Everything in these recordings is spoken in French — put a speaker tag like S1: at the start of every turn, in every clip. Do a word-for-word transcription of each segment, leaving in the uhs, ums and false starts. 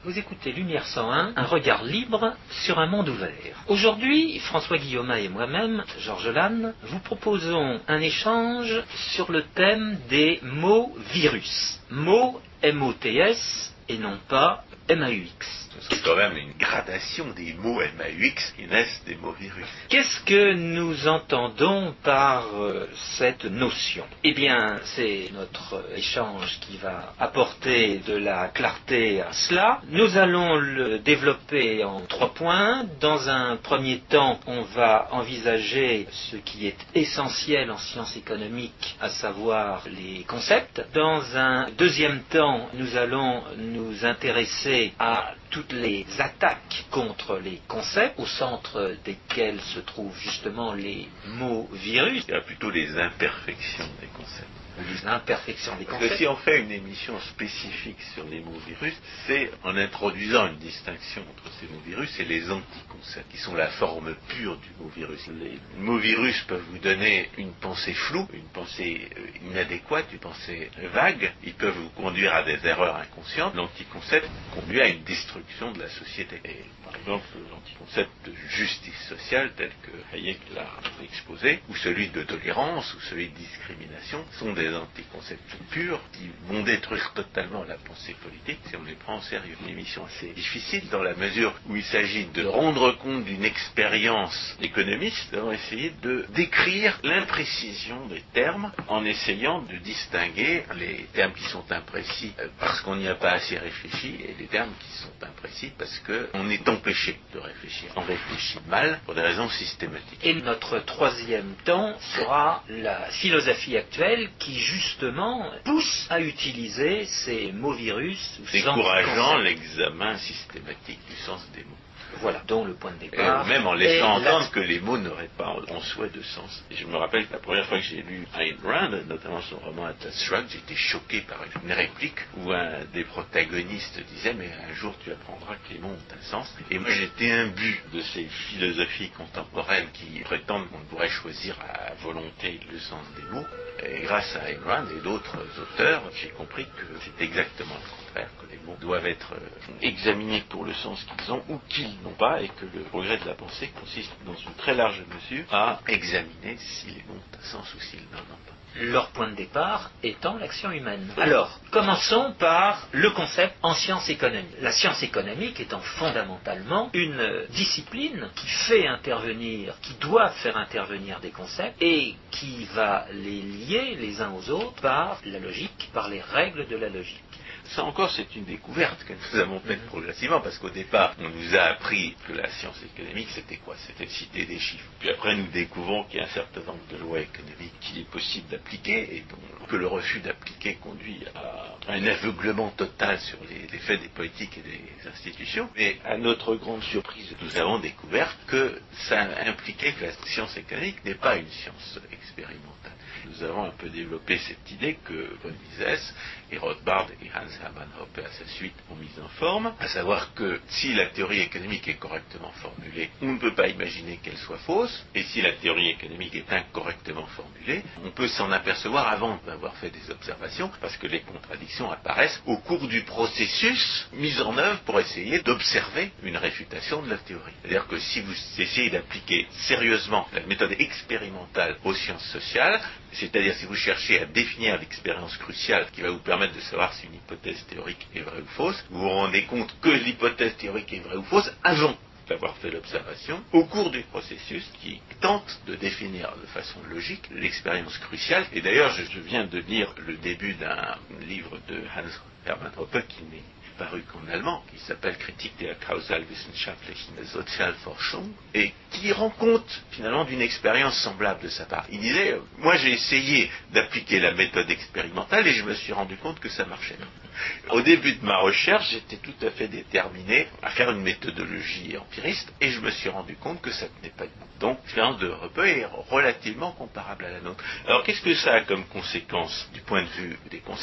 S1: Vous écoutez Lumière cent un, un regard libre sur un monde ouvert. Aujourd'hui, François Guillaume et moi-même, Georges Lannes, vous proposons un échange sur le thème des mots virus. Mots M O T S et non pas M A U X.
S2: C'est quand même une gradation des mots M A U X qui naissent des mots virus.
S1: Qu'est-ce que nous entendons par euh, cette notion? Eh bien, c'est notre échange qui va apporter de la clarté à cela. Nous allons le développer en trois points. Dans un premier temps, on va envisager ce qui est essentiel en sciences économiques, à savoir les concepts. Dans un deuxième temps, nous allons nous intéresser à toutes les attaques contre les concepts, au centre desquels se trouvent justement les mots virus.
S2: Il y a plutôt les imperfections des concepts.
S1: Les imperfections des
S2: Parce
S1: concepts.
S2: que si on fait une émission spécifique sur les mots virus, c'est en introduisant une distinction entre ces mots virus et les anticoncepts, qui sont la forme pure du mot virus. Les mots virus peuvent vous donner une pensée floue, une pensée inadéquate, une pensée vague. Ils peuvent vous conduire à des erreurs inconscientes. L'anticoncept conduit à une destruction de la société. Et, par exemple, l'anticoncept de justice sociale, tel que Hayek l'a exposé, ou celui de tolérance, ou celui de discrimination, sont des anticoncepts purs qui vont détruire totalement la pensée politique si on les prend au sérieux. Une émission assez difficile dans la mesure où il s'agit de rendre compte d'une expérience économiste, d'avoir essayé de décrire l'imprécision des termes en essayant de distinguer les termes qui sont imprécis parce qu'on n'y a pas assez réfléchi et les termes qui sont imprécis parce qu'on est empêché de réfléchir. On réfléchit mal pour des raisons systématiques.
S1: Et notre troisième temps sera la philosophie actuelle qui justement pousse à utiliser ces mots virus,
S2: décourageant l'examen systématique du sens des mots.
S1: Voilà, dont le point de départ.
S2: Et même en laissant entendre la... que les mots n'auraient pas en soi de sens. Et je me rappelle que la première fois que j'ai lu Ayn Rand, notamment son roman Atlas Shrugged, j'étais choqué par une réplique où un des protagonistes disait « Mais un jour tu apprendras que les mots ont un sens ». Et moi j'étais imbu de ces philosophies contemporaines qui prétendent qu'on pourrait choisir à volonté le sens des mots. Et grâce à Ayn Rand et d'autres auteurs, j'ai compris que c'est exactement le contraire, que les mots doivent être examinés pour le sens qu'ils ont ou qu'ils n'ont pas, et que le progrès de la pensée consiste dans une très large mesure à examiner si les mots ont un sens ou s'ils n'en ont pas.
S1: Leur point de départ étant l'action humaine. Alors, commençons par le concept en sciences économiques. La science économique étant fondamentalement une discipline qui fait intervenir, qui doit faire intervenir des concepts et qui va les lier les uns aux autres par la logique, par les règles de la logique.
S2: Ça encore, c'est une découverte que nous avons faite progressivement, parce qu'au départ, on nous a appris que la science économique, c'était quoi? C'était de citer des chiffres. Puis après, nous découvrons qu'il y a un certain nombre de lois économiques qu'il est possible d'appliquer, et que le refus d'appliquer conduit à un aveuglement total sur les, les faits des politiques et des institutions. Mais à notre grande surprise, nous avons découvert que ça impliquait que la science économique n'est pas une science expérimentale. Nous avons un peu développé cette idée que von Mises et Rothbard et Hans Hermann Hoppe à sa suite ont mise en forme, à savoir que si la théorie économique est correctement formulée, on ne peut pas imaginer qu'elle soit fausse, et si la théorie économique est incorrectement formulée, on peut s'en apercevoir avant d'avoir fait des observations, parce que les contradictions apparaissent au cours du processus mis en œuvre pour essayer d'observer une réfutation de la théorie. C'est-à-dire que si vous essayez d'appliquer sérieusement la méthode expérimentale aux sciences sociales, c'est-à-dire si vous cherchez à définir l'expérience cruciale qui va vous permettre de savoir si une hypothèse théorique est vraie ou fausse, vous vous rendez compte que l'hypothèse théorique est vraie ou fausse avant d'avoir fait l'observation, au cours du processus qui tente de définir de façon logique l'expérience cruciale. Et d'ailleurs, je, je viens de lire le début d'un livre de Hans Hermann Hoppe qui n'est paru qu'en allemand, qui s'appelle Kritik der Kausalwissenschaftlichen Sozialforschung, et qui rend compte finalement d'une expérience semblable de sa part. Il disait, euh, moi j'ai essayé d'appliquer la méthode expérimentale et je me suis rendu compte que ça marchait. Au début de ma recherche, j'étais tout à fait déterminé à faire une méthodologie empiriste et je me suis rendu compte que ça ne tenait pas debout. Donc l'expérience de Hoppe est relativement comparable à la nôtre. Alors qu'est-ce que ça a comme conséquence du point de vue des concepts?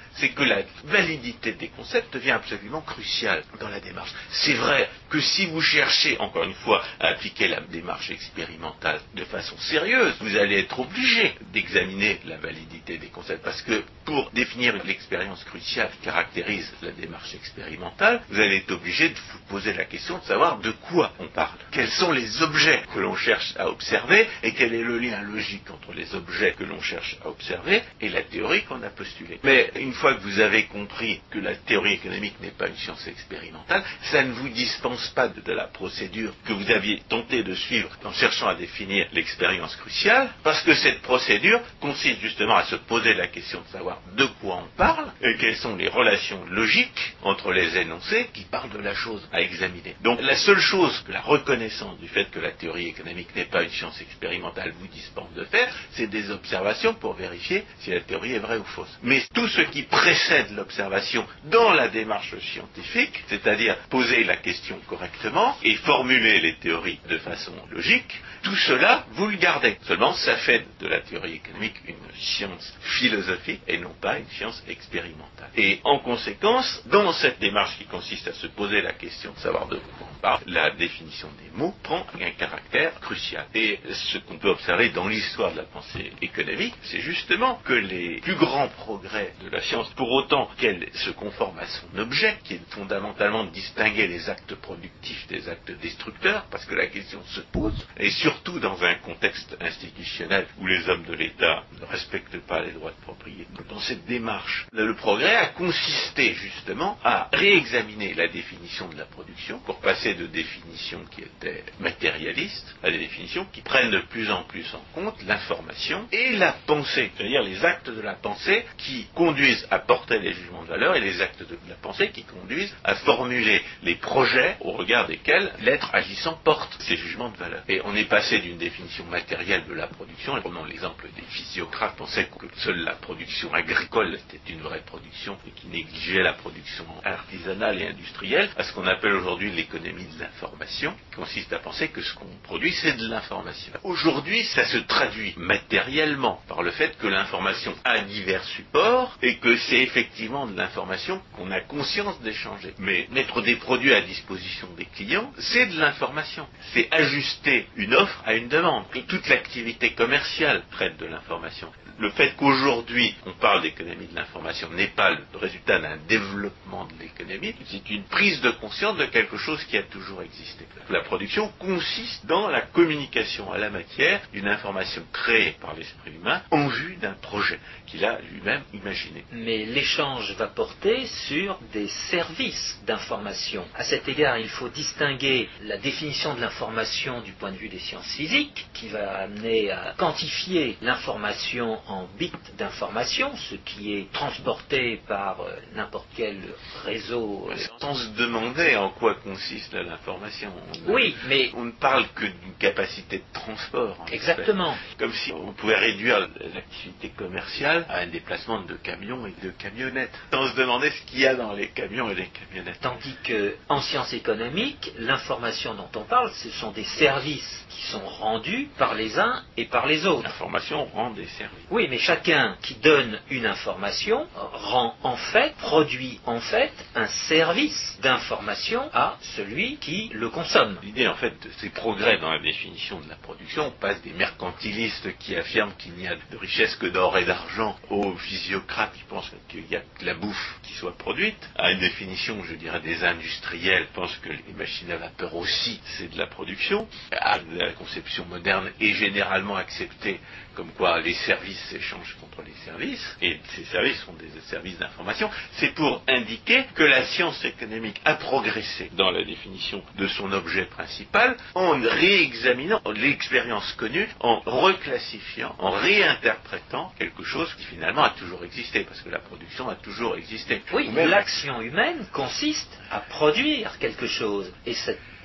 S2: c'est que la validité des concepts devient absolument cruciale dans la démarche. C'est vrai que si vous cherchez, encore une fois, à appliquer la démarche expérimentale de façon sérieuse, vous allez être obligé d'examiner la validité des concepts, parce que pour définir l'expérience cruciale qui caractérise la démarche expérimentale, vous allez être obligé de vous poser la question de savoir de quoi on parle. Quels sont les objets que l'on cherche à observer et quel est le lien logique entre les objets que l'on cherche à observer et la théorie qu'on a postulée. Mais une fois que vous avez compris que la théorie économique n'est pas une science expérimentale, ça ne vous dispense pas de, de la procédure que vous aviez tenté de suivre en cherchant à définir l'expérience cruciale, parce que cette procédure consiste justement à se poser la question de savoir de quoi on parle et quelles sont les relations logiques entre les énoncés qui parlent de la chose à examiner. Donc la seule chose que la reconnaissance du fait que la théorie économique n'est pas une science expérimentale vous dispense de faire, c'est des observations pour vérifier si la théorie est vraie ou fausse. Mais tout ce qui précède l'observation dans la démarche scientifique, c'est-à-dire poser la question correctement et formuler les théories de façon logique, tout cela, vous le gardez. Seulement, ça fait de la théorie économique une science philosophique et non pas une science expérimentale. Et en conséquence, dans cette démarche qui consiste à se poser la question de savoir de quoi on parle, la définition des mots prend un caractère crucial. Et ce qu'on peut observer dans l'histoire de la pensée économique, c'est justement que les plus grands progrès de la science, pour autant qu'elle se conforme à son objet, qui est fondamentalement de distinguer les actes productifs des actes destructeurs, parce que la question se pose, et surtout dans un contexte institutionnel où les hommes de l'État ne respectent pas les droits de propriété. Dans cette démarche, le progrès a consisté justement à réexaminer la définition de la production pour passer de définitions qui étaient matérialistes à des définitions qui prennent de plus en plus en compte l'information et la pensée, c'est-à-dire les actes de la pensée qui conduisent à porter les jugements de valeur et les actes de la pensée qui conduisent à formuler les projets au regard desquels l'être agissant porte ces jugements de valeur. Et on est passé d'une définition matérielle de la production, et prenons l'exemple des physiocrates, pensaient que seule la production agricole était une vraie production et qui négligeait la production artisanale et industrielle, à ce qu'on appelle aujourd'hui l'économie de l'information, qui consiste à penser que ce qu'on produit c'est de l'information. Aujourd'hui, ça se traduit matériellement par le fait que l'information a divers supports et que c'est effectivement de l'information qu'on a conscience d'échanger. Mais mettre des produits à disposition des clients, c'est de l'information. C'est ajuster une offre à une demande. Et toute l'activité commerciale traite de l'information. Le fait qu'aujourd'hui on parle d'économie de l'information n'est pas le résultat d'un développement de l'économie, c'est une prise de conscience de quelque chose qui a toujours existé. La production consiste dans la communication à la matière d'une information créée par l'esprit humain en vue d'un projet qu'il a lui-même imaginé.
S1: Mais l'échange va porter sur des services d'information. À cet égard, il faut distinguer la définition de l'information du point de vue des sciences physiques, qui va amener à quantifier l'information en bits d'information, ce qui est transporté par euh, n'importe quel réseau. Euh,
S2: Sans se demander en quoi consiste l'information. On
S1: oui,
S2: ne,
S1: mais...
S2: On ne parle que d'une capacité de transport.
S1: Exactement.
S2: Fait. Comme si on pouvait réduire l'activité commerciale à un déplacement de camions et de camionnettes, sans se demander ce qu'il y a dans les camions et les camionnettes.
S1: Tandis qu'en sciences économiques, l'information dont on parle, ce sont des services qui sont rendus par les uns et par les autres.
S2: L'information rend des services.
S1: Oui, mais chacun qui donne une information rend en fait, produit en fait un service d'information à celui qui le consomme.
S2: L'idée en fait de ces progrès dans la définition de la production, on passe des mercantilistes qui affirment qu'il n'y a de richesse que d'or et d'argent aux physiocrates qui pensent qu'il y a que la bouffe qui soit produite, à une définition, je dirais, des industriels qui pensent que les machines à vapeur aussi c'est de la production, à la conception moderne est généralement acceptée comme quoi les services s'échangent contre les services, et ces services sont des services d'information. C'est pour indiquer que la science économique a progressé dans la définition de son objet principal en réexaminant l'expérience connue, en reclassifiant, en réinterprétant quelque chose qui finalement a toujours existé, parce que la production a toujours existé.
S1: Oui, l'action humaine consiste à produire quelque chose, et cette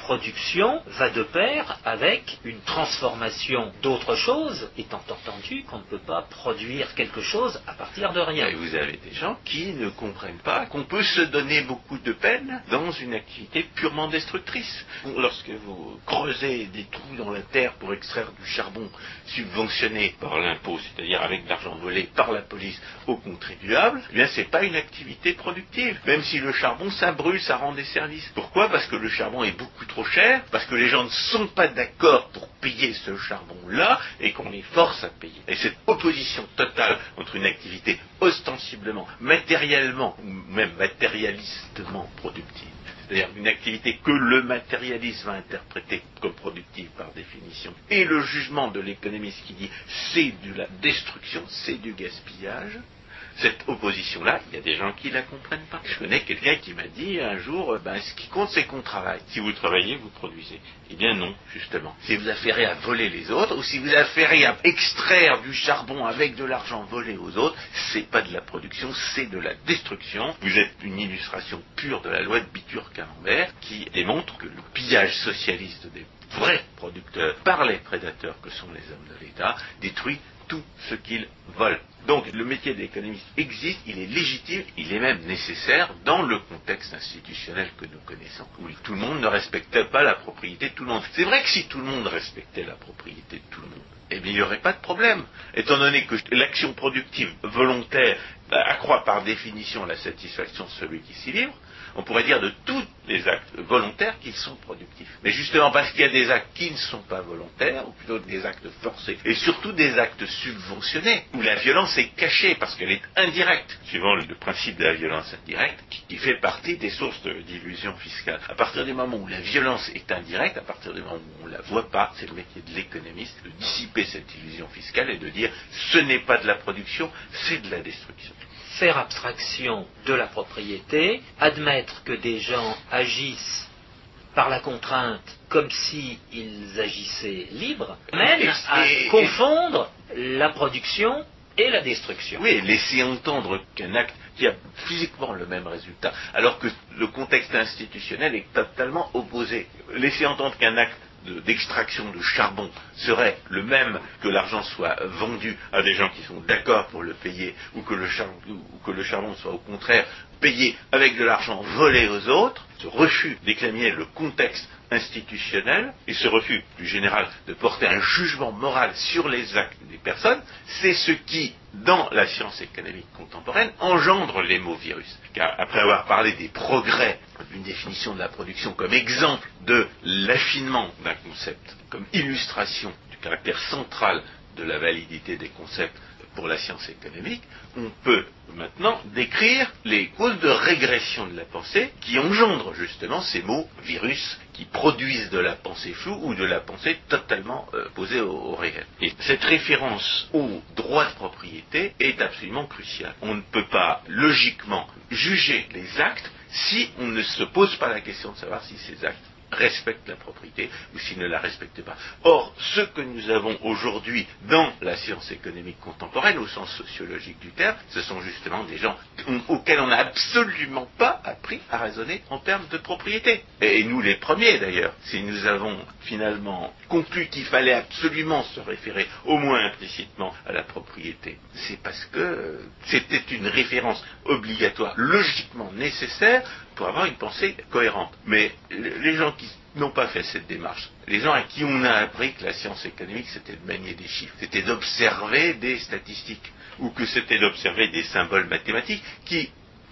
S1: production va de pair avec une transformation d'autre chose, étant entendu qu'on ne peut pas produire quelque chose à partir de rien.
S2: Et vous avez des gens qui ne comprennent pas qu'on peut se donner beaucoup de peine dans une activité purement destructrice. Lorsque vous creusez des trous dans la terre pour extraire du charbon subventionné par l'impôt, c'est-à-dire avec de l'argent volé par la police aux contribuables, eh bien c'est pas une activité productive. Même si le charbon, ça brûle, ça rend des services. Pourquoi ? Parce que le charbon est beaucoup trop cher, parce que les gens ne sont pas d'accord pour payer ce charbon-là, et qu'on les force à payer. Et cette opposition totale entre une activité ostensiblement, matériellement, ou même matérialistement productive, c'est-à-dire une activité que le matérialisme va interpréter comme productive par définition, et le jugement de l'économiste qui dit c'est de la destruction, c'est du gaspillage. Cette opposition-là, il y a des gens qui la comprennent pas. Je connais quelqu'un qui m'a dit un jour, ben, ce qui compte c'est qu'on travaille. Si vous travaillez, vous produisez. Eh bien non, justement. Si vous affairez à voler les autres, ou si vous affairez à extraire du charbon avec de l'argent volé aux autres, c'est pas de la production, c'est de la destruction. Vous êtes une illustration pure de la loi de Bitur-Camembert qui démontre que le pillage socialiste des vrais producteurs par les prédateurs que sont les hommes de l'État détruit tout ce qu'ils volent. Donc le métier d'économiste existe, il est légitime, il est même nécessaire dans le contexte institutionnel que nous connaissons, où tout le monde ne respecte pas la propriété de tout le monde. C'est vrai que si tout le monde respectait la propriété de tout le monde, eh bien il n'y aurait pas de problème, étant donné que l'action productive volontaire accroît par définition la satisfaction de celui qui s'y livre. On pourrait dire de tous les actes volontaires qu'ils sont productifs. Mais justement parce qu'il y a des actes qui ne sont pas volontaires, ou plutôt des actes forcés, et surtout des actes subventionnés, où la violence est cachée parce qu'elle est indirecte, suivant le principe de la violence indirecte, qui, qui fait partie des sources de, d'illusion fiscale. À partir du moment où la violence est indirecte, à partir du moment où on ne la voit pas, c'est le métier de l'économiste de dissiper cette illusion fiscale et de dire ce n'est pas de la production, c'est de la destruction.
S1: Faire abstraction de la propriété, admettre que des gens agissent par la contrainte comme s'ils agissaient libres, mène à et, confondre et... la production et la destruction.
S2: Oui, laisser entendre qu'un acte qui a physiquement le même résultat, alors que le contexte institutionnel est totalement opposé. Laisser entendre qu'un acte De, d'extraction de charbon serait le même que l'argent soit vendu à des gens qui sont d'accord pour le payer, ou que le, char, ou que le charbon soit au contraire payé avec de l'argent volé aux autres, ce refus d'examiner le contexte institutionnel et ce refus plus général de porter un jugement moral sur les actes des personnes, c'est ce qui, dans la science économique contemporaine, engendre les mots virus. Car après avoir parlé des progrès d'une définition de la production comme exemple de l'affinement d'un concept, comme illustration du caractère central de la validité des concepts pour la science économique, on peut maintenant décrire les causes de régression de la pensée qui engendrent justement ces mots virus qui produisent de la pensée floue ou de la pensée totalement euh, posée au, au réel. Et cette référence au droit de propriété est absolument cruciale. On ne peut pas logiquement juger les actes si on ne se pose pas la question de savoir si ces actes respectent la propriété ou s'ils ne la respectent pas. Or, ce que nous avons aujourd'hui dans la science économique contemporaine, au sens sociologique du terme, ce sont justement des gens auxquels on n'a absolument pas appris à raisonner en termes de propriété. Et nous les premiers d'ailleurs, si nous avons finalement conclu qu'il fallait absolument se référer au moins implicitement à la propriété, c'est parce que c'était une référence obligatoire, logiquement nécessaire pour avoir une pensée cohérente. Mais les gens qui n'ont pas fait cette démarche, les gens à qui on a appris que la science économique c'était de manier des chiffres, c'était d'observer des statistiques, ou que c'était d'observer des symboles mathématiques qui...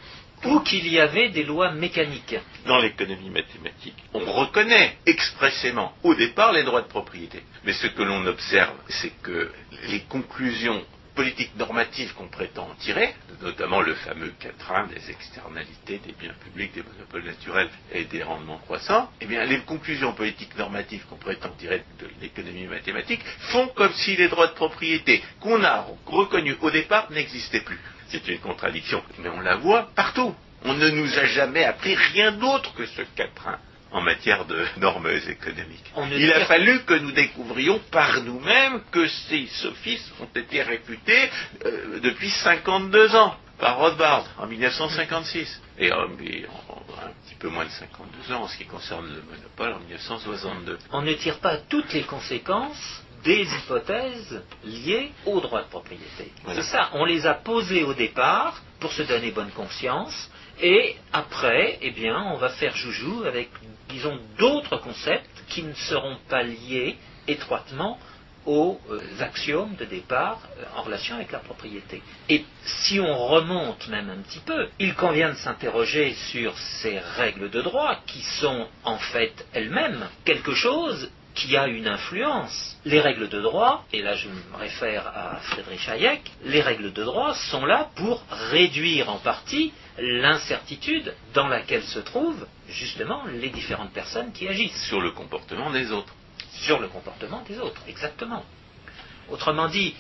S1: Ou qu'il y avait des lois mécaniques.
S2: Dans l'économie mathématique, on reconnaît expressément au départ les droits de propriété. Mais ce que l'on observe, c'est que les conclusions politiques normatives qu'on prétend en tirer, notamment le fameux quatrain des externalités, des biens publics, des monopoles naturels et des rendements croissants, eh bien les conclusions politiques normatives qu'on prétend tirer de l'économie mathématique font comme si les droits de propriété qu'on a reconnus au départ n'existaient plus. C'est une contradiction, mais on la voit partout. On ne nous a jamais appris rien d'autre que ce quatrain en matière de normes économiques. Il a fallu que nous découvrions par nous-mêmes que ces sophismes ont été réfutés euh, depuis cinquante-deux ans par Rothbard en mille neuf cent cinquante-six et, euh, et en, en, un petit peu peu moins de cinquante-deux ans en ce qui concerne le monopole en mille neuf cent soixante-deux.
S1: On ne tire pas toutes les conséquences des hypothèses liées au droit de propriété.
S2: Voilà.
S1: C'est ça, on les a posées au départ pour se donner bonne conscience, et après, eh bien, on va faire joujou avec, disons, d'autres concepts qui ne seront pas liés étroitement aux euh, axiomes de départ euh, en relation avec la propriété. Et si on remonte même un petit peu, il convient de s'interroger sur ces règles de droit qui sont en fait elles-mêmes quelque chose qui a une influence. Les règles de droit, et là je me réfère à Friedrich Hayek, les règles de droit sont là pour réduire en partie l'incertitude dans laquelle se trouvent justement les différentes personnes qui agissent.
S2: Sur le comportement des autres.
S1: Sur le comportement des autres, exactement. Autrement dit,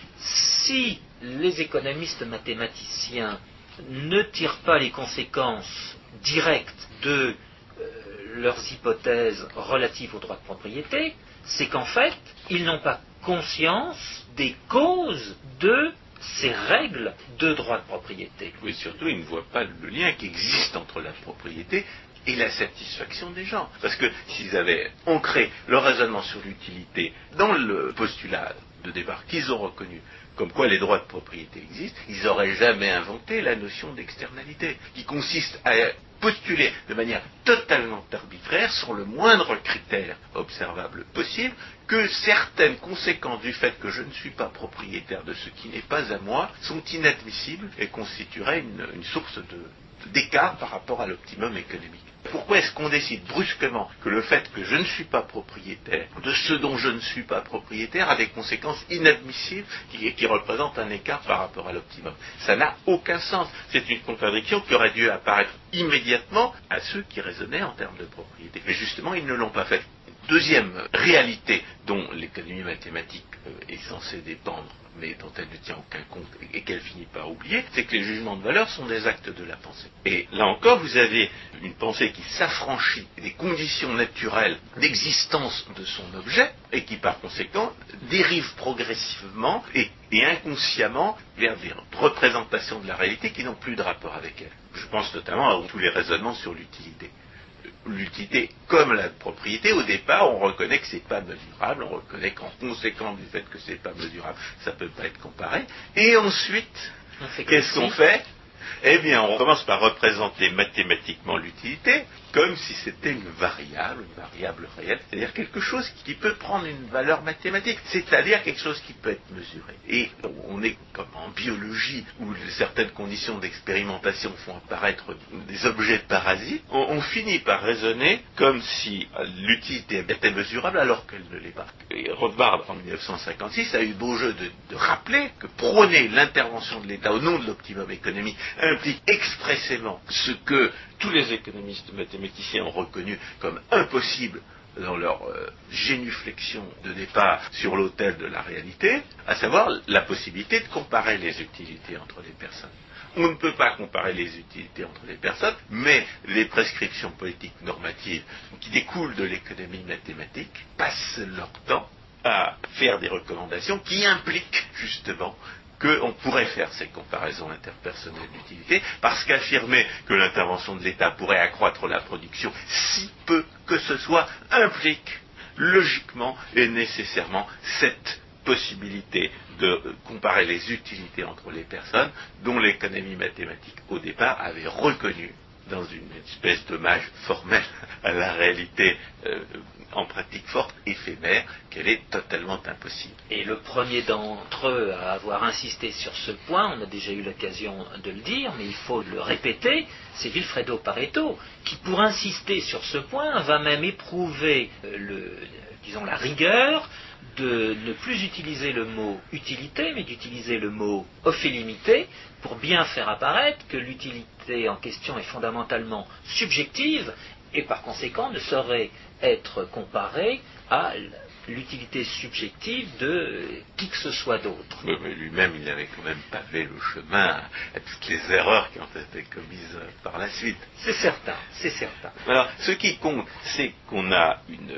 S1: si les économistes mathématiciens ne tirent pas les conséquences directes de euh, leurs hypothèses relatives au droit de propriété, c'est qu'en fait, ils n'ont pas conscience des causes de ces règles de droit de propriété.
S2: Oui, surtout, ils ne voient pas le lien qui existe entre la propriété et la satisfaction des gens. Parce que s'ils avaient ancré leur raisonnement sur l'utilité dans le postulat de départ qu'ils ont reconnu, comme quoi les droits de propriété existent, ils n'auraient jamais inventé la notion d'externalité, qui consiste à postuler de manière totalement arbitraire, sur le moindre critère observable possible, que certaines conséquences du fait que je ne suis pas propriétaire de ce qui n'est pas à moi sont inadmissibles et constitueraient une, une source de, d'écart par rapport à l'optimum économique. Pourquoi est-ce qu'on décide brusquement que le fait que je ne suis pas propriétaire de ce dont je ne suis pas propriétaire a des conséquences inadmissibles qui, qui représentent un écart par rapport à l'optimum? Ça n'a aucun sens. C'est une contradiction qui aurait dû apparaître immédiatement à ceux qui raisonnaient en termes de propriété. Mais justement, ils ne l'ont pas fait. Deuxième réalité dont l'économie mathématique euh, est censée dépendre, mais dont elle ne tient aucun compte et, et qu'elle finit par oublier, c'est que les jugements de valeur sont des actes de la pensée. Et là encore, vous avez une pensée qui s'affranchit des conditions naturelles d'existence de son objet et qui par conséquent dérive progressivement et, et inconsciemment vers des représentations de la réalité qui n'ont plus de rapport avec elle. Je pense notamment à tous les raisonnements sur l'utilité. L'utilité comme la propriété, au départ, on reconnaît que c'est pas mesurable, on reconnaît qu'en conséquence du fait que c'est pas mesurable, ça peut pas être comparé. Et ensuite, qu'est-ce qu'on fait? Eh bien, on commence par représenter mathématiquement l'utilité comme si c'était une variable, une variable réelle, c'est-à-dire quelque chose qui peut prendre une valeur mathématique, c'est-à-dire quelque chose qui peut être mesuré. Et on est comme en biologie, où certaines conditions d'expérimentation font apparaître des objets parasites, on, on finit par raisonner comme si l'utilité était mesurable alors qu'elle ne l'est pas. Et Rothbard, en mille neuf cent cinquante-six, a eu beau jeu de, de rappeler que prôner l'intervention de l'État au nom de l'optimum économique implique expressément ce que tous les économistes mathématiciens ont reconnu comme impossible dans leur euh, génuflexion de départ sur l'autel de la réalité, à savoir la possibilité de comparer les utilités entre les personnes. On ne peut pas comparer les utilités entre les personnes, mais les prescriptions politiques normatives qui découlent de l'économie mathématique passent leur temps à faire des recommandations qui impliquent justement qu'on pourrait faire ces comparaisons interpersonnelles d'utilité, parce qu'affirmer que l'intervention de l'État pourrait accroître la production, si peu que ce soit, implique logiquement et nécessairement cette possibilité de comparer les utilités entre les personnes dont l'économie mathématique au départ avait reconnu dans une espèce d'hommage formel à la réalité euh, en pratique forte, éphémère, qu'elle est totalement impossible.
S1: Et le premier d'entre eux à avoir insisté sur ce point, on a déjà eu l'occasion de le dire, mais il faut le répéter, c'est Vilfredo Pareto, qui pour insister sur ce point va même éprouver euh, le, disons, la rigueur de ne plus utiliser le mot utilité, mais d'utiliser le mot ophélimité, pour bien faire apparaître que l'utilité en question est fondamentalement subjective, et par conséquent ne saurait être comparée à l'utilité subjective de qui que ce soit d'autre.
S2: Mais, mais lui-même, il avait quand même pavé le chemin à toutes les erreurs qui ont été commises par la suite.
S1: C'est certain, c'est certain.
S2: Alors, ce qui compte, c'est qu'on a une...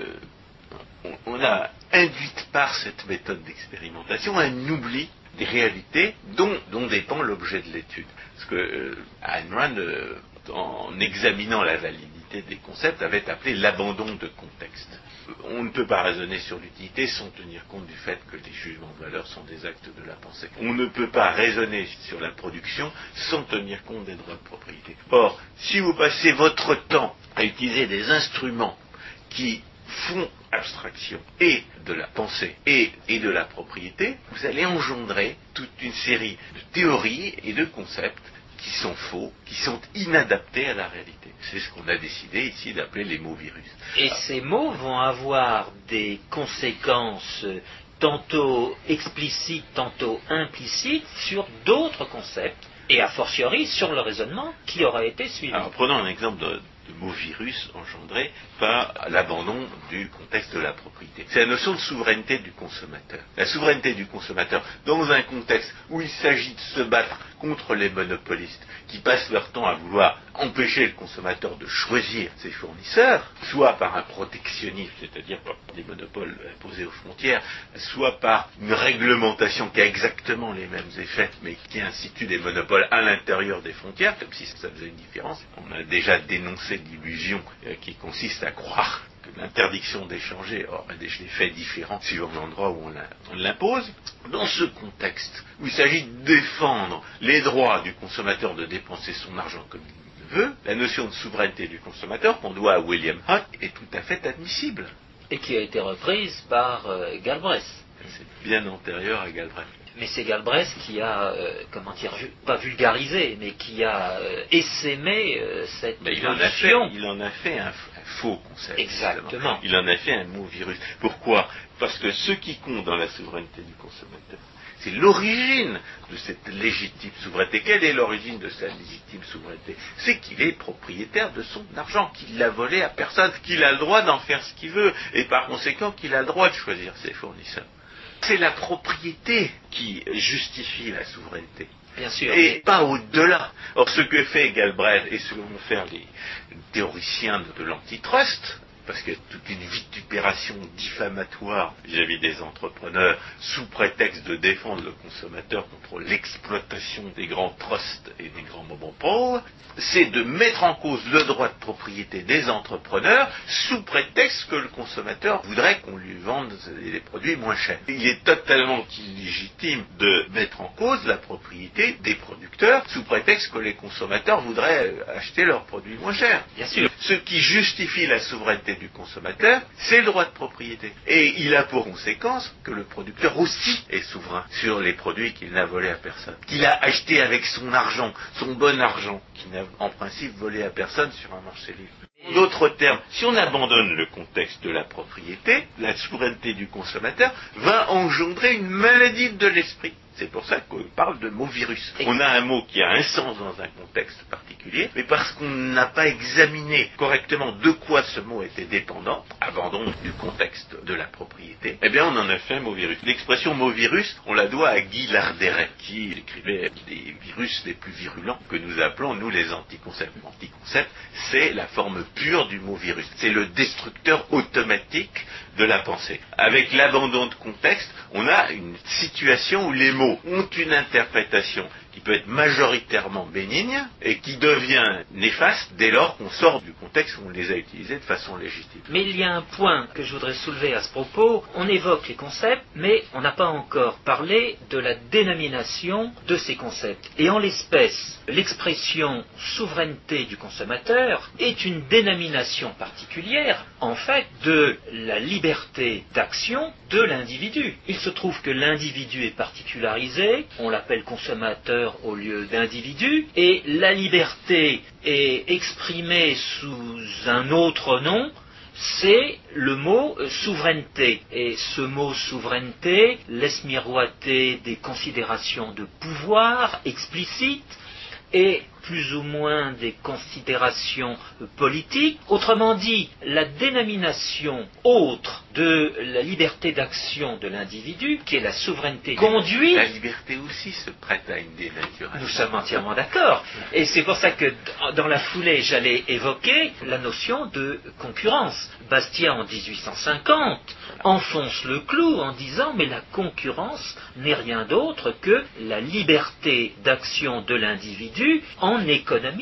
S2: on a induite par cette méthode d'expérimentation un oubli des réalités dont, dont dépend l'objet de l'étude. Parce que euh, Ayn Rand, euh, en examinant la validité l'utilité des concepts avait appelé l'abandon de contexte. On ne peut pas raisonner sur l'utilité sans tenir compte du fait que les jugements de valeur sont des actes de la pensée. On ne peut pas raisonner sur la production sans tenir compte des droits de propriété. Or, si vous passez votre temps à utiliser des instruments qui font abstraction et de la pensée et, et de la propriété, vous allez engendrer toute une série de théories et de concepts qui sont faux, qui sont inadaptés à la réalité. C'est ce qu'on a décidé ici d'appeler les mots virus.
S1: Et ces mots vont avoir des conséquences tantôt explicites, tantôt implicites sur d'autres concepts, et a fortiori sur le raisonnement qui aura été suivi.
S2: Alors prenons un exemple de, de mot virus engendré par l'abandon du contexte de la propriété. C'est la notion de souveraineté du consommateur. La souveraineté du consommateur dans un contexte où il s'agit de se battre contre les monopolistes qui passent leur temps à vouloir empêcher le consommateur de choisir ses fournisseurs, soit par un protectionnisme, c'est-à-dire par des monopoles imposés aux frontières, soit par une réglementation qui a exactement les mêmes effets, mais qui institue des monopoles à l'intérieur des frontières, comme si ça faisait une différence. On a déjà dénoncé l'illusion euh, qui consiste à croire que l'interdiction d'échanger aurait des effets différents suivant l'endroit où on l'impose. Dans ce contexte où il s'agit de défendre les droits du consommateur de dépenser son argent comme il le veut, la notion de souveraineté du consommateur qu'on doit à William Huck est tout à fait admissible.
S1: Et qui a été reprise par euh, Galbraith.
S2: C'est bien antérieur à Galbraith.
S1: Mais c'est Galbraith qui a, euh, comment dire, pas vulgarisé, mais qui a euh, essaimé euh, cette
S2: mais il en a fait, il en a fait un, un faux concept.
S1: Exactement.
S2: Justement. Il en a fait un mot virus. Pourquoi ? Parce que ce qui compte dans la souveraineté du consommateur, c'est l'origine de cette légitime souveraineté. Quelle est l'origine de cette légitime souveraineté ? C'est qu'il est propriétaire de son argent, qu'il l'a volé à personne, qu'il a le droit d'en faire ce qu'il veut, et par conséquent qu'il a le droit de choisir ses fournisseurs. C'est la propriété qui justifie la souveraineté.
S1: Bien sûr.
S2: Et
S1: mais...
S2: pas au-delà. Or, ce que fait Galbraith et ce que vont faire les théoriciens de l'antitrust, parce qu'il y a toute une vitupération diffamatoire vis-à-vis des entrepreneurs sous prétexte de défendre le consommateur contre l'exploitation des grands trusts et des grands monopoles, c'est de mettre en cause le droit de propriété des entrepreneurs sous prétexte que le consommateur voudrait qu'on lui vende des produits moins chers. Il est totalement illégitime de mettre en cause la propriété des producteurs sous prétexte que les consommateurs voudraient acheter leurs produits moins chers.
S1: Bien sûr.
S2: Ce qui justifie la souveraineté du consommateur, c'est le droit de propriété. Et il a pour conséquence que le producteur aussi est souverain sur les produits qu'il n'a volés à personne. Qu'il a acheté avec son argent, son bon argent, qu'il n'a en principe volé à personne sur un marché libre. En d'autres termes, si on abandonne le contexte de la propriété, la souveraineté du consommateur va engendrer une maladie de l'esprit. C'est pour ça qu'on parle de mot virus. On a un mot qui a un sens dans un contexte particulier, mais parce qu'on n'a pas examiné correctement de quoi ce mot était dépendant, abandon du contexte de la propriété, eh bien on en a fait un mot virus. L'expression mot virus, on la doit à Guy Larderet, qui écrivait des virus les plus virulents que nous appelons, nous, les anticoncepts. Anticoncept, c'est la forme pure du mot virus. C'est le destructeur automatique de la pensée. Avec l'abandon de contexte, on a une situation où les mots ont une interprétation qui peut être majoritairement bénigne et qui devient néfaste dès lors qu'on sort du contexte où on les a utilisés de façon légitime.
S1: Mais il y a un point que je voudrais soulever à ce propos. On évoque les concepts, mais on n'a pas encore parlé de la dénomination de ces concepts. Et en l'espèce, l'expression souveraineté du consommateur est une dénomination particulière, en fait, de la liberté d'action de l'individu. Il se trouve que l'individu est particularisé, on l'appelle consommateur au lieu d'individu, et la liberté est exprimée sous un autre nom, c'est le mot souveraineté. Et ce mot souveraineté laisse miroiter des considérations de pouvoir explicites et plus ou moins des considérations politiques. Autrement dit, la dénomination autre de la liberté d'action de l'individu, qui est la souveraineté, conduit...
S2: La liberté aussi se prête à une dénaturation.
S1: Nous sommes entièrement d'accord. Et c'est pour ça que dans la foulée, j'allais évoquer la notion de concurrence. Bastiat, en dix-huit cent cinquante, enfonce le clou en disant « mais la concurrence n'est rien d'autre que la liberté d'action de l'individu en économie politique ».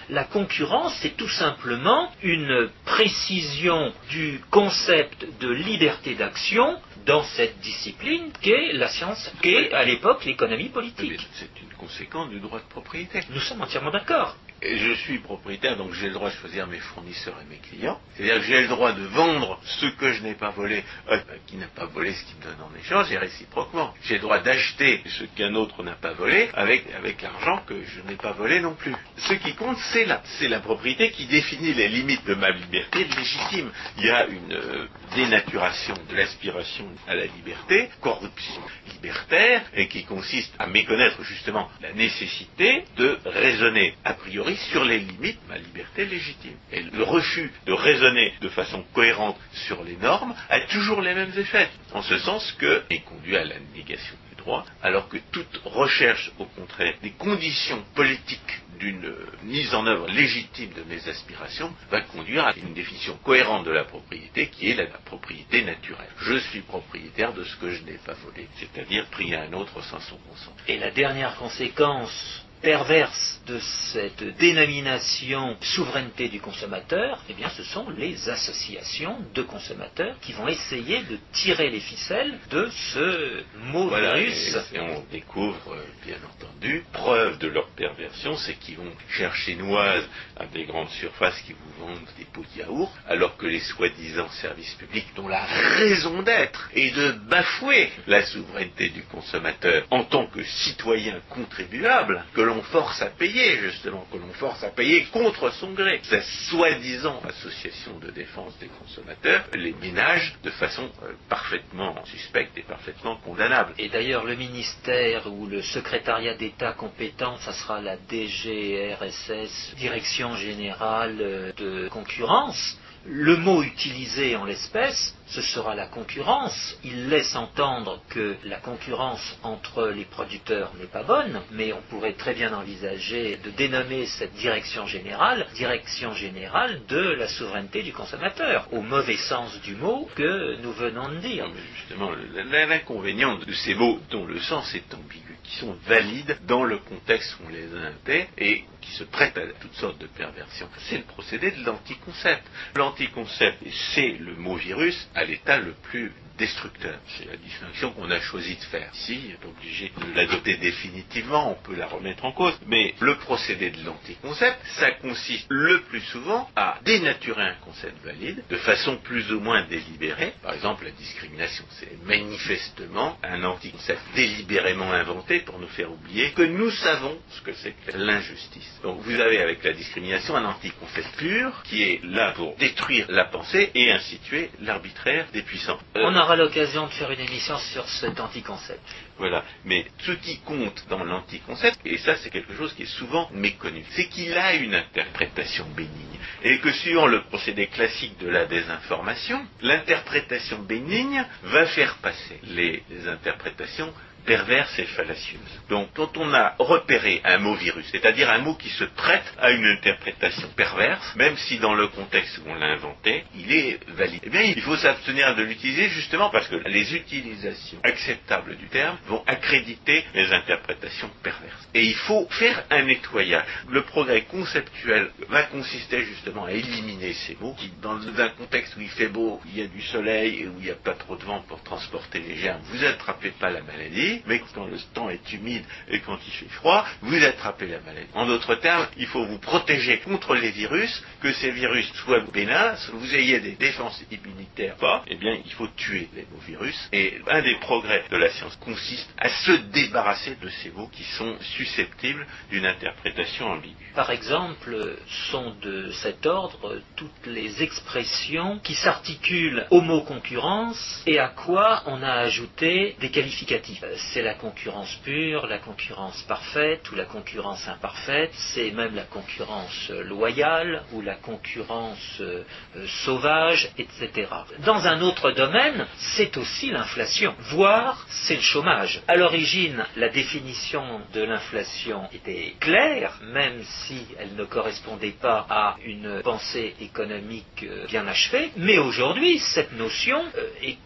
S1: La concurrence, c'est tout simplement une précision du concept de liberté d'action dans cette discipline qu'est la science, qu'est à l'époque l'économie politique.
S2: C'est une conséquence du droit de propriété.
S1: Nous sommes entièrement d'accord.
S2: Et je suis propriétaire, donc j'ai le droit de choisir mes fournisseurs et mes clients. C'est-à-dire que j'ai le droit de vendre ce que je n'ai pas volé, euh, qui n'a pas volé ce qu'il me donne en échange, et réciproquement. J'ai le droit d'acheter ce qu'un autre n'a pas volé avec, avec l'argent que je n'ai pas volé non plus. Ce qui compte, c'est la, c'est la propriété qui définit les limites de ma liberté légitime. Il y a une euh, dénaturation de l'aspiration à la liberté, corruption libertaire, et qui consiste à méconnaître justement la nécessité de raisonner a priori sur les limites de ma liberté légitime. Et le refus de raisonner de façon cohérente sur les normes a toujours les mêmes effets, en ce sens que il conduit à la négation du droit, alors que toute recherche, au contraire, des conditions politiques d'une mise en œuvre légitime de mes aspirations va conduire à une définition cohérente de la propriété qui est la, la propriété naturelle. Je suis propriétaire de ce que je n'ai pas volé, c'est-à-dire pris à un autre sans son consentement.
S1: Et la dernière conséquence perverse de cette dénomination souveraineté du consommateur, eh bien ce sont les associations de consommateurs qui vont essayer de tirer les ficelles de ce mot
S2: voilà,
S1: virus.
S2: Et, et on découvre, bien entendu, preuve de leur perversion, c'est qu'ils vont chercher Noise à des grandes surfaces qui vous vendent des pots de yaourt, alors que les soi-disant services publics, dont la raison d'être est de bafouer la souveraineté du consommateur en tant que citoyen contribuable, que l'on force à payer, justement, que l'on force à payer contre son gré. Cette soi-disant association de défense des consommateurs les ménage de façon euh, parfaitement suspecte et parfaitement condamnable.
S1: Et d'ailleurs, le ministère ou le secrétariat d'État compétent, ça sera la D G R S S, Direction Générale de Concurrence. Le mot utilisé en l'espèce, ce sera la concurrence. Il laisse entendre que la concurrence entre les producteurs n'est pas bonne, mais on pourrait très bien envisager de dénommer cette direction générale, direction générale de la souveraineté du consommateur, au mauvais sens du mot que nous venons de dire.
S2: Mais justement, l'inconvénient de ces mots dont le sens est ambigu, qui sont valides dans le contexte où on les intègre et qui se prêtent à toutes sortes de perversions, c'est le procédé de l'anticoncept. L'anticoncept, c'est le mot virus à l'état le plus destructeur. C'est la distinction qu'on a choisi de faire. Ici, on n'est pas obligé de l'adopter définitivement, on peut la remettre en cause. Mais le procédé de l'anticoncept, ça consiste le plus souvent à dénaturer un concept valide de façon plus ou moins délibérée. Par exemple, la discrimination, c'est manifestement un anticoncept délibérément inventé pour nous faire oublier que nous savons ce que c'est que l'injustice. Donc vous avez avec la discrimination un anticoncept pur qui est là pour détruire la pensée et instituer l'arbitraire des puissants.
S1: Euh, On aura l'occasion de faire une émission sur cet anticoncept.
S2: Voilà, mais ce qui compte dans l'anticoncept, et ça c'est quelque chose qui est souvent méconnu, c'est qu'il a une interprétation bénigne, et que suivant le procédé classique de la désinformation, l'interprétation bénigne va faire passer les, les interprétations perverse et fallacieuse. Donc, quand on a repéré un mot virus, c'est-à-dire un mot qui se prête à une interprétation perverse, même si dans le contexte où on l'a inventé, il est valide, eh bien, il faut s'abstenir de l'utiliser justement parce que les utilisations acceptables du terme vont accréditer les interprétations perverses. Et il faut faire un nettoyage. Le progrès conceptuel va consister justement à éliminer ces mots qui, dans un contexte où il fait beau, il y a du soleil et où il n'y a pas trop de vent pour transporter les germes, vous n'attrapez pas la maladie. Mais quand le temps est humide et quand il fait froid, vous attrapez la maladie. En d'autres termes, il faut vous protéger contre les virus, que ces virus soient bénins, que vous ayez des défenses immunitaires pas, eh bien, il faut tuer les mots virus. Et un des progrès de la science consiste à se débarrasser de ces mots qui sont susceptibles d'une interprétation ambiguë.
S1: Par exemple, sont de cet ordre toutes les expressions qui s'articulent au mot concurrence et à quoi on a ajouté des qualificatifs. C'est la concurrence pure, la concurrence parfaite ou la concurrence imparfaite, c'est même la concurrence loyale ou la concurrence euh, sauvage, et cetera. Dans un autre domaine, c'est aussi l'inflation, voire c'est le chômage. À l'origine, la définition de l'inflation était claire, même si elle ne correspondait pas à une pensée économique euh, bien achevée, mais aujourd'hui, cette notion euh, est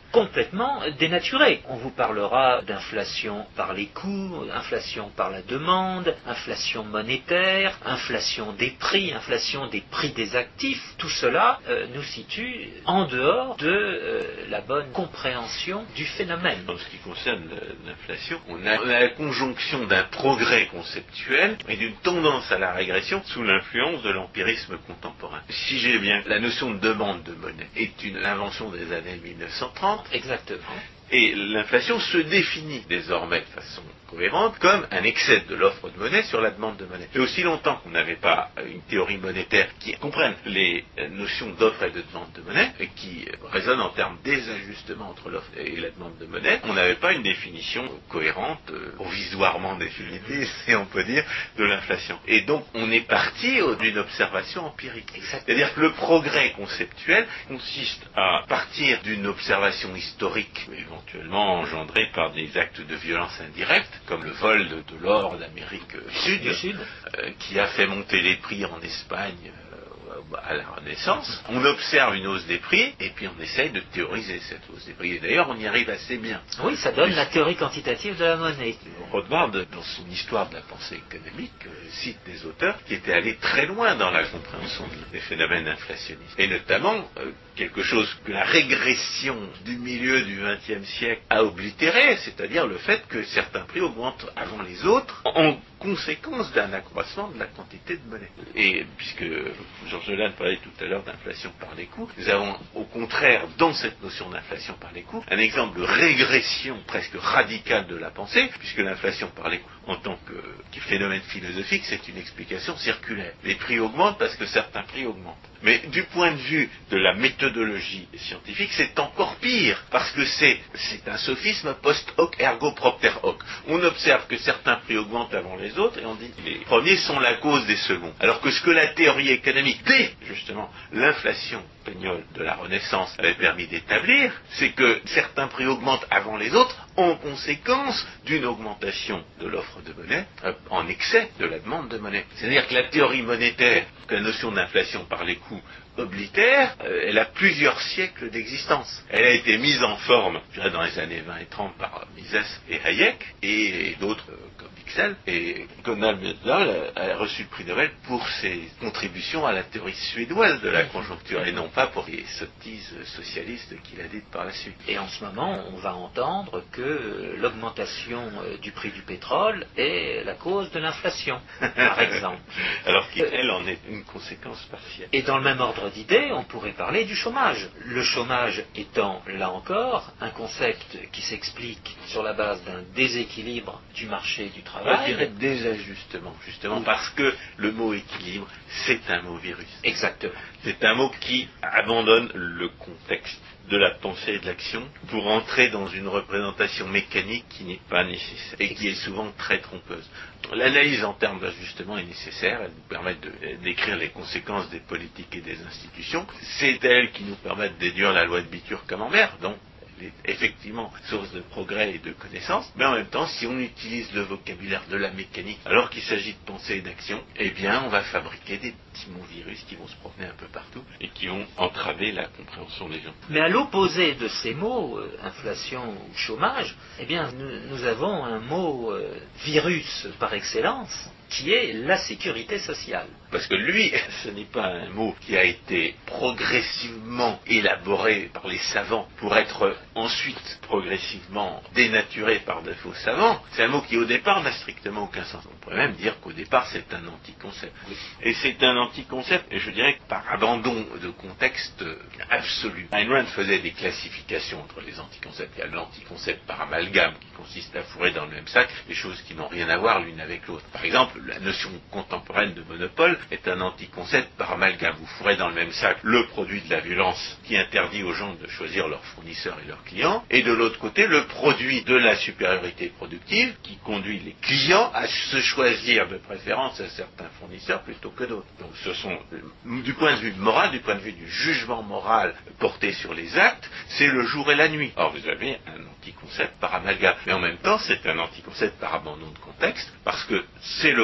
S1: complètement dénaturé. On vous parlera d'inflation par les coûts, inflation par la demande, inflation monétaire, inflation des prix, inflation des prix des actifs. Tout cela euh, nous situe en dehors de euh, la bonne compréhension du phénomène.
S2: En ce qui concerne l'inflation, on a, on a la conjonction d'un progrès conceptuel et d'une tendance à la régression sous l'influence de l'empirisme contemporain. Si j'ai bien, la notion de demande de monnaie est une invention des années mille neuf cent trente.
S1: Exactement.
S2: Et l'inflation se définit désormais de façon cohérente comme un excès de l'offre de monnaie sur la demande de monnaie. Et aussi longtemps qu'on n'avait pas une théorie monétaire qui comprenne les notions d'offre et de demande de monnaie, et qui raisonne en termes des ajustements entre l'offre et la demande de monnaie, on n'avait pas une définition cohérente, euh, provisoirement définie, si on peut dire, de l'inflation. Et donc on est parti d'une observation empirique.
S1: Exactement.
S2: C'est-à-dire que le progrès conceptuel consiste à partir d'une observation historique, éventuellement engendrée par des actes de violence indirecte, comme le vol de, de l'or d'Amérique du Sud,
S1: du Sud.
S2: Euh, qui a fait monter les prix en Espagne euh, à la Renaissance. On observe une hausse des prix, et puis on essaye de théoriser cette hausse des prix. Et d'ailleurs, on y arrive assez bien.
S1: Oui, ça donne la théorie quantitative de la monnaie.
S2: Rothbard, dans son histoire de la pensée économique, euh, cite des auteurs qui étaient allés très loin dans la compréhension des phénomènes inflationnistes. Et notamment, euh, quelque chose que la régression du milieu du vingtième siècle a oblitéré, c'est-à-dire le fait que certains prix augmentent avant les autres en conséquence d'un accroissement de la quantité de monnaie. Et puisque Georges Lannes parlait tout à l'heure d'inflation par les coûts, nous avons au contraire, dans cette notion d'inflation par les coûts, un exemple de régression presque radicale de la pensée, puisque l'inflation par les coûts, en tant que, que phénomène philosophique, c'est une explication circulaire. Les prix augmentent parce que certains prix augmentent. Mais du point de vue de la méthodologie scientifique, c'est encore pire, parce que c'est, c'est un sophisme post hoc ergo propter hoc. On observe que certains prix augmentent avant les autres, et on dit que les premiers sont la cause des seconds. Alors que ce que la théorie économique, dès justement l'inflation espagnole de la Renaissance avait permis d'établir, c'est que certains prix augmentent avant les autres en conséquence d'une augmentation de l'offre de monnaie euh, en excès de la demande de monnaie. C'est-à-dire que la théorie monétaire, que la notion d'inflation par les coûts oblitère, euh, elle a plusieurs siècles d'existence. Elle a été mise en forme, je dirais, dans les années vingt et trente par Mises et Hayek, et, et d'autres euh, comme Wicksell, et Gunnar Myrdal a, a reçu le prix Nobel pour ses contributions à la théorie suédoise de la conjoncture, et non pas pour les sottises socialistes qu'il a dites par la suite.
S1: Et en ce moment, on va entendre que l'augmentation du prix du pétrole est la cause de l'inflation, par exemple.
S2: Alors qu'elle en est une conséquence partielle.
S1: Et dans le même ordre d'idée, on pourrait parler du chômage. Le chômage étant, là encore, un concept qui s'explique sur la base d'un déséquilibre du marché du travail.
S2: Je dirais désajustement, justement, parce que le mot équilibre, c'est un mot virus.
S1: Exactement.
S2: C'est un mot qui abandonne le contexte de la pensée et de l'action pour entrer dans une représentation mécanique qui n'est pas nécessaire et qui est souvent très trompeuse. L'analyse en termes d'ajustement est nécessaire, elle nous permet de, d'écrire les conséquences des politiques et des institutions. C'est elle qui nous permet de déduire la loi de Bitur-Camembert, donc elle est effectivement source de progrès et de connaissances, mais en même temps, si on utilise le vocabulaire de la mécanique alors qu'il s'agit de pensée et d'action, eh bien on va fabriquer des petits mots virus qui vont se promener un peu partout et qui vont entraver la compréhension des gens.
S1: Mais à l'opposé de ces mots, euh, inflation ou chômage, eh bien nous, nous avons un mot euh, virus par excellence, qui est la sécurité sociale.
S2: Parce que lui, ce n'est pas un mot qui a été progressivement élaboré par les savants pour être ensuite progressivement dénaturé par de faux savants. C'est un mot qui au départ n'a strictement aucun sens. On pourrait même dire qu'au départ c'est un anticoncept. Et c'est un anticoncept, et je dirais que par abandon de contexte absolu. Ayn Rand faisait des classifications entre les anticoncepts. Il y a l'anticoncept par amalgame qui consiste à fourrer dans le même sac des choses qui n'ont rien à voir l'une avec l'autre. Par exemple, la notion contemporaine de monopole est un anticoncept par amalgame. Vous fourrez dans le même sac le produit de la violence qui interdit aux gens de choisir leurs fournisseurs et leurs clients, et de l'autre côté le produit de la supériorité productive qui conduit les clients à se choisir de préférence à certains fournisseurs plutôt que d'autres. Donc ce sont, du point de vue moral, du point de vue du jugement moral porté sur les actes, c'est le jour et la nuit. Or vous avez un anticoncept par amalgame, mais en même temps c'est un anticoncept par abandon de contexte, parce que c'est le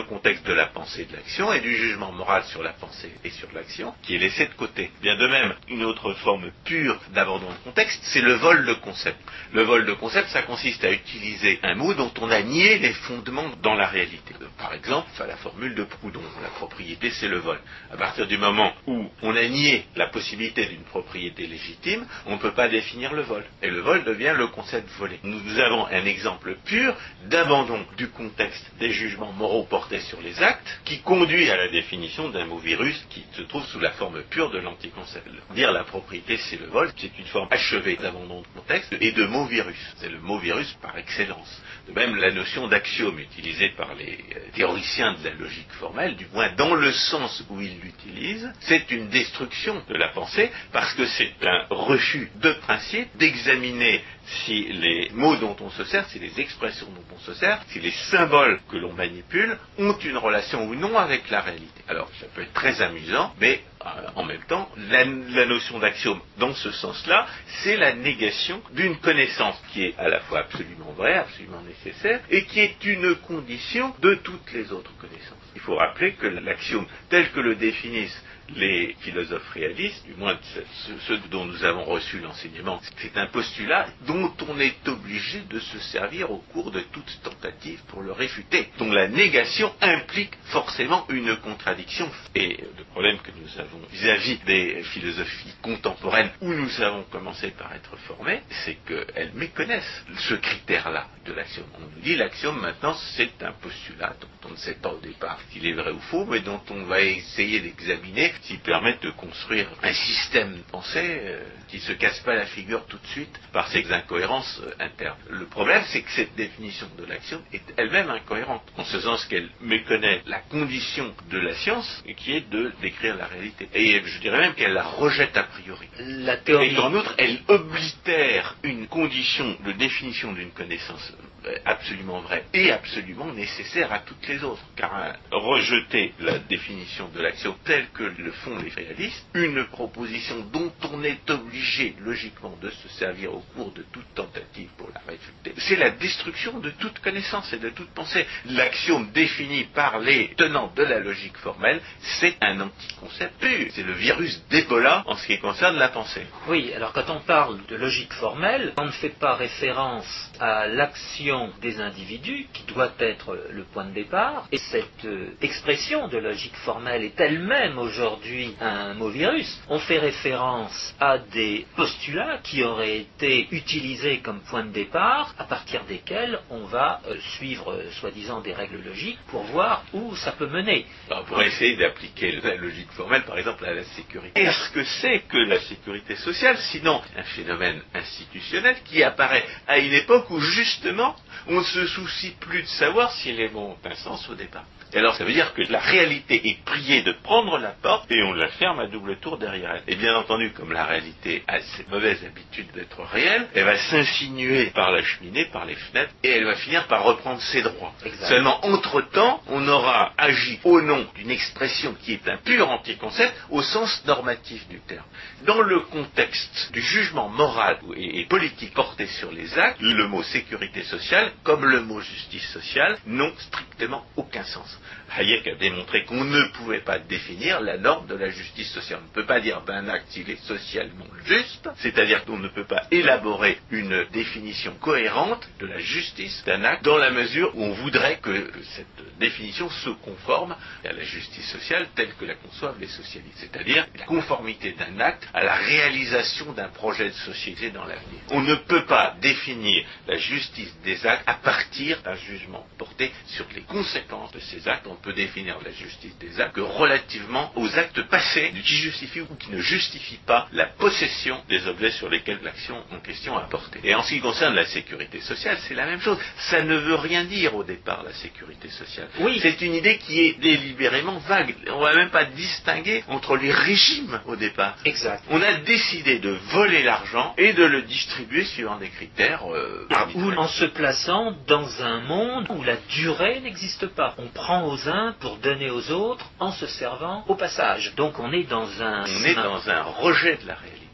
S2: contexte de la pensée et de l'action et du jugement moral sur la pensée et sur l'action qui est laissé de côté. Bien de même, une autre forme pure d'abandon de contexte, c'est le vol de concept. Le vol de concept, ça consiste à utiliser un mot dont on a nié les fondements dans la réalité. Par exemple, enfin, la formule de Proudhon, la propriété c'est le vol. À partir du moment où on a nié la possibilité d'une propriété légitime, on ne peut pas définir le vol. Et le vol devient le concept volé. Nous, nous avons un exemple pur d'abandon du contexte des jugements moraux portés sur les actes qui conduit à la définition d'un mot virus qui se trouve sous la forme pure de l'anticoncept. Dire la propriété c'est le vol, c'est une forme achevée d'abandon de contexte et de mot virus. C'est le mot virus par excellence. De même, la notion d'axiome utilisée par les théoriciens de la logique formelle, du moins dans le sens où ils l'utilisent, c'est une destruction de la pensée parce que c'est un refus de principe d'examiner si les mots dont on se sert, si les expressions dont on se sert, si les symboles que l'on manipule ont une relation ou non avec la réalité. Alors, ça peut être très amusant, mais euh, en même temps, la, la notion d'axiome, dans ce sens-là, c'est la négation d'une connaissance qui est à la fois absolument vraie, absolument nécessaire, et qui est une condition de toutes les autres connaissances. Il faut rappeler que l'axiome, tel que le définissent les philosophes réalistes, du moins ceux dont nous avons reçu l'enseignement, c'est un postulat dont on est obligé de se servir au cours de toute tentative pour le réfuter, dont la négation implique forcément une contradiction. Et le problème que nous avons vis-à-vis des philosophies contemporaines où nous avons commencé par être formés, c'est qu'elles méconnaissent ce critère-là de l'axiome. On nous dit l'axiome maintenant c'est un postulat dont on ne sait pas au départ s'il est vrai ou faux, mais dont on va essayer d'examiner s'ils permettent de construire un système de pensée euh, qui ne se casse pas la figure tout de suite par ses incohérences euh, internes. Le problème, c'est que cette définition de l'axiome est elle-même incohérente, en ce sens qu'elle méconnaît la condition de la science, qui est de décrire la réalité. Et je dirais même qu'elle la rejette a priori.
S1: La théorie...
S2: Et qu'en outre, elle oblitère une condition de définition d'une connaissance absolument vraie et absolument nécessaire à toutes les autres. Car hein, rejeter la définition de l'axiome telle que le font les réalistes, une proposition dont on est obligé logiquement de se servir au cours de toute tentative pour la réfuter, c'est la destruction de toute connaissance et de toute pensée. L'axiome défini par les tenants de la logique formelle, c'est un anticoncept pur. C'est le virus d'Ebola en ce qui concerne la pensée.
S1: Oui, alors quand on parle de logique formelle, on ne fait pas référence à l'action des individus qui doit être le point de départ, et cette euh, expression de logique formelle est elle-même aujourd'hui un mot virus. On fait référence à des postulats qui auraient été utilisés comme point de départ, à partir desquels on va euh, suivre euh, soi-disant des règles logiques pour voir où ça peut mener.
S2: Alors, pour essayer d'appliquer la logique formelle, par exemple, à la sécurité. Est-ce que c'est que la sécurité sociale, sinon un phénomène institutionnel qui apparaît à une époque où justement on ne se soucie plus de savoir si les mots ont un sens au départ. Et alors ça veut dire que la réalité est priée de prendre la porte et on la ferme à double tour derrière elle. Et bien entendu, comme la réalité a cette mauvaise habitude d'être réelle, elle va s'insinuer par la cheminée, par les fenêtres, et elle va finir par reprendre ses droits. Exactement. Seulement, entre-temps, on aura agi au nom d'une expression qui est un pur anticoncept au sens normatif du terme. Dans le contexte du jugement moral et politique porté sur les actes, le mot sécurité sociale, comme le mot justice sociale, n'ont strictement aucun sens. Hayek a démontré qu'on ne pouvait pas définir la norme de la justice sociale. On ne peut pas dire d'un acte s'il est socialement juste, c'est-à-dire qu'on ne peut pas élaborer une définition cohérente de la justice d'un acte dans la mesure où on voudrait que cette définition se conforme à la justice sociale telle que la conçoivent les socialistes, c'est-à-dire la conformité d'un acte à la réalisation d'un projet de société dans l'avenir. On ne peut pas définir la justice des actes à partir d'un jugement porté sur les conséquences de ces actes. On peut définir la justice des actes que relativement aux actes passés qui justifient ou qui ne justifient pas la possession des objets sur lesquels l'action en question a porté. Et en ce qui concerne la sécurité sociale, c'est la même chose. Ça ne veut rien dire au départ, la sécurité sociale.
S1: Oui.
S2: C'est une idée qui est délibérément vague. On ne va même pas distinguer entre les régimes au départ.
S1: Exact.
S2: On a décidé de voler l'argent et de le distribuer suivant des critères euh, arbitraires.
S1: Ou en se plaçant dans un monde où la durée n'existe pas. On prend aux uns pour donner aux autres en se servant au passage. Donc on est dans un...
S2: On est dans un rejet de la réalité.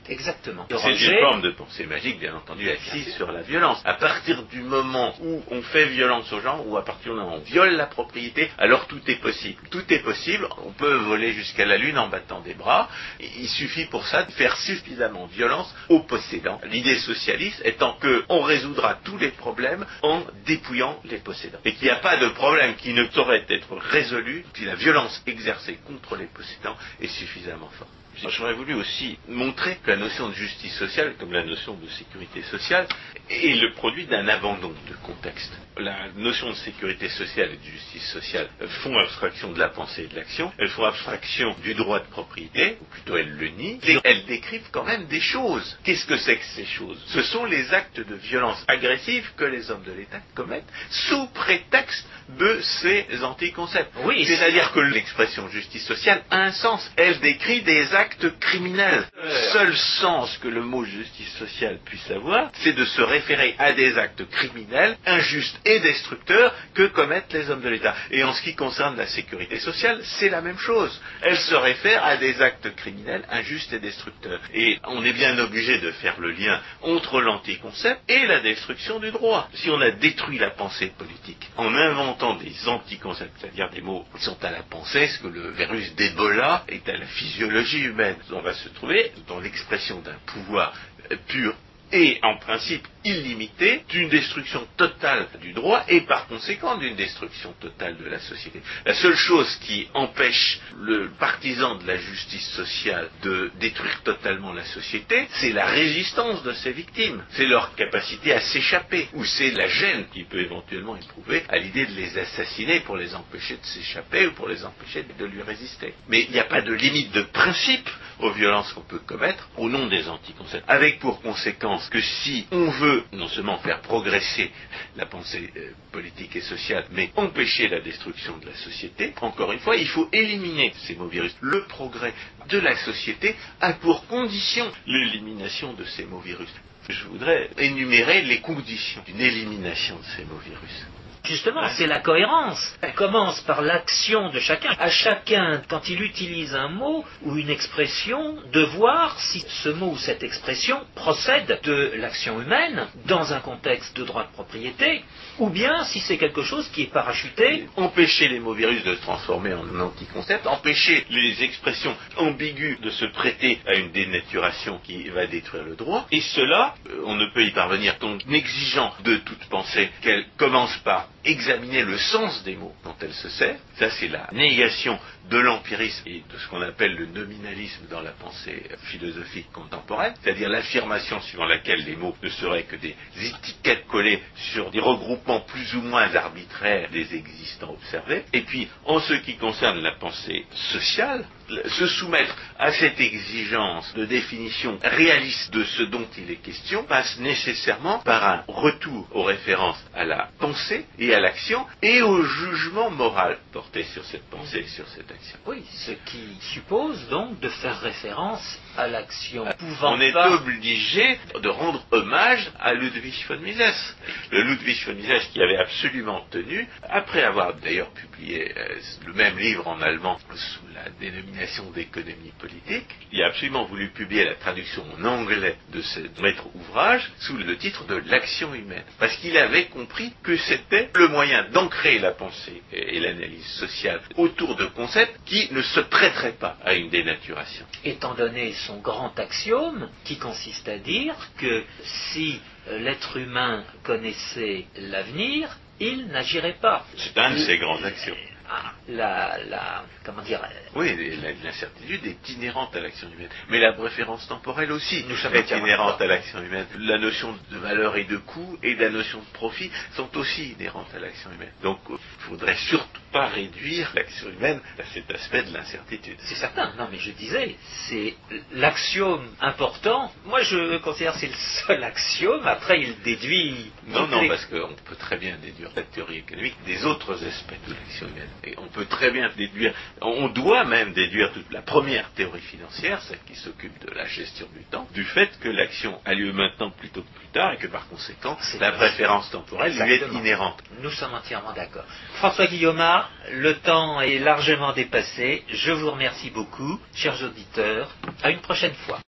S1: Exactement.
S2: C'est une forme de pensée magique, bien entendu, assise sur la violence. À partir du moment où on fait violence aux gens, ou à partir du moment où on viole la propriété, alors tout est possible. Tout est possible, on peut voler jusqu'à la lune en battant des bras, il suffit pour ça de faire suffisamment violence aux possédants. L'idée socialiste étant qu'on résoudra tous les problèmes en dépouillant les possédants. Et qu'il n'y a pas de problème qui ne saurait être résolu si la violence exercée contre les possédants est suffisamment forte. J'aurais voulu aussi montrer que la notion de justice sociale, comme la notion de sécurité sociale, est le produit d'un abandon de contexte. La notion de sécurité sociale et de justice sociale font abstraction de la pensée et de l'action, elles font abstraction du droit de propriété, ou plutôt elles le nient, et elles décrivent quand même des choses. Qu'est-ce que c'est que ces choses? Ce sont les actes de violence agressive que les hommes de l'État commettent sous prétexte de ces anticoncepts.
S1: Oui,
S2: c'est-à-dire que l'expression justice sociale a un sens. Elle décrit des actes criminels. Le seul sens que le mot justice sociale puisse avoir, c'est de se référer à des actes criminels, injustes et destructeurs que commettent les hommes de l'État. Et en ce qui concerne la sécurité sociale, c'est la même chose. Elle se réfère à des actes criminels, injustes et destructeurs. Et on est bien obligé de faire le lien entre l'anticoncept et la destruction du droit. Si on a détruit la pensée politique en inventant des anticoncepts, c'est-à-dire des mots qui sont à la pensée, est-ce que le virus d'Ebola est à la physiologie humaine? On va se trouver dans l'expression d'un pouvoir pur et en principe illimité, d'une destruction totale du droit et par conséquent d'une destruction totale de la société. La seule chose qui empêche le partisan de la justice sociale de détruire totalement la société, c'est la résistance de ses victimes, c'est leur capacité à s'échapper, ou c'est la gêne qu'il peut éventuellement éprouver à l'idée de les assassiner pour les empêcher de s'échapper ou pour les empêcher de lui résister. Mais il n'y a pas de limite de principe aux violences qu'on peut commettre au nom des anticoncepts, avec pour conséquence que si on veut non seulement faire progresser la pensée euh, politique et sociale, mais empêcher la destruction de la société, encore une fois, il faut éliminer ces mots virus. Le progrès de la société a pour condition l'élimination de ces mots virus. Je voudrais énumérer les conditions d'une élimination de ces mots virus.
S1: Justement, c'est la cohérence. Elle commence par l'action de chacun. À chacun, quand il utilise un mot ou une expression, de voir si ce mot ou cette expression procède de l'action humaine dans un contexte de droit de propriété, ou bien si c'est quelque chose qui est parachuté.
S2: Empêcher les mots virus de se transformer en anticoncept, empêcher les expressions ambiguës de se prêter à une dénaturation qui va détruire le droit, et cela, on ne peut y parvenir qu'en exigeant de toute pensée qu'elle commence par examiner le sens des mots dont elle se sert. Ça, c'est la négation de l'empirisme et de ce qu'on appelle le nominalisme dans la pensée philosophique contemporaine, c'est-à-dire l'affirmation suivant laquelle les mots ne seraient que des étiquettes collées sur des regroupements plus ou moins arbitraires des existants observés. Et puis, en ce qui concerne la pensée sociale, se soumettre à cette exigence de définition réaliste de ce dont il est question passe nécessairement par un retour aux références à la pensée et à l'action et au jugement moral porté sur cette pensée et sur cette action.
S1: Oui, ce qui suppose donc de faire référence à l'action. Pouvant
S2: On est
S1: pas...
S2: obligé de rendre hommage à Ludwig von Mises. Le Ludwig von Mises qui avait absolument tenu, après avoir d'ailleurs publié euh, le même livre en allemand sous la dénomination d'économie politique, il a absolument voulu publier la traduction en anglais de ce maître ouvrage sous le titre de l'action humaine. Parce qu'il avait compris que c'était le moyen d'ancrer la pensée et l'analyse sociale autour de concepts qui ne se prêteraient pas à une dénaturation.
S1: Étant donné son grand axiome qui consiste à dire que si l'être humain connaissait l'avenir, il n'agirait pas.
S2: C'est un de ses grands axiomes.
S1: La, la, comment dire
S2: Oui, l'incertitude est inhérente à l'action humaine. Mais la préférence temporelle aussi
S1: Nous sommes
S2: est inhérente à l'action humaine. La notion de valeur et de coût et la notion de profit sont aussi inhérentes à l'action humaine. Donc, il ne faudrait surtout pas réduire l'action humaine à cet aspect de l'incertitude.
S1: C'est certain. Non, mais je disais, c'est l'axiome important. Moi, je considère que c'est le seul axiome. Après, il déduit...
S2: Non, non,
S1: les...
S2: parce qu'on peut très bien déduire la théorie économique des autres aspects de l'action humaine. Et on peut très bien déduire, on doit même déduire toute la première théorie financière, celle qui s'occupe de la gestion du temps, du fait que l'action a lieu maintenant plutôt que plus tard et que par conséquent, la préférence temporelle lui est inhérente.
S1: Nous sommes entièrement d'accord. François Guillaumard, le temps est largement dépassé. Je vous remercie beaucoup, chers auditeurs. À une prochaine fois.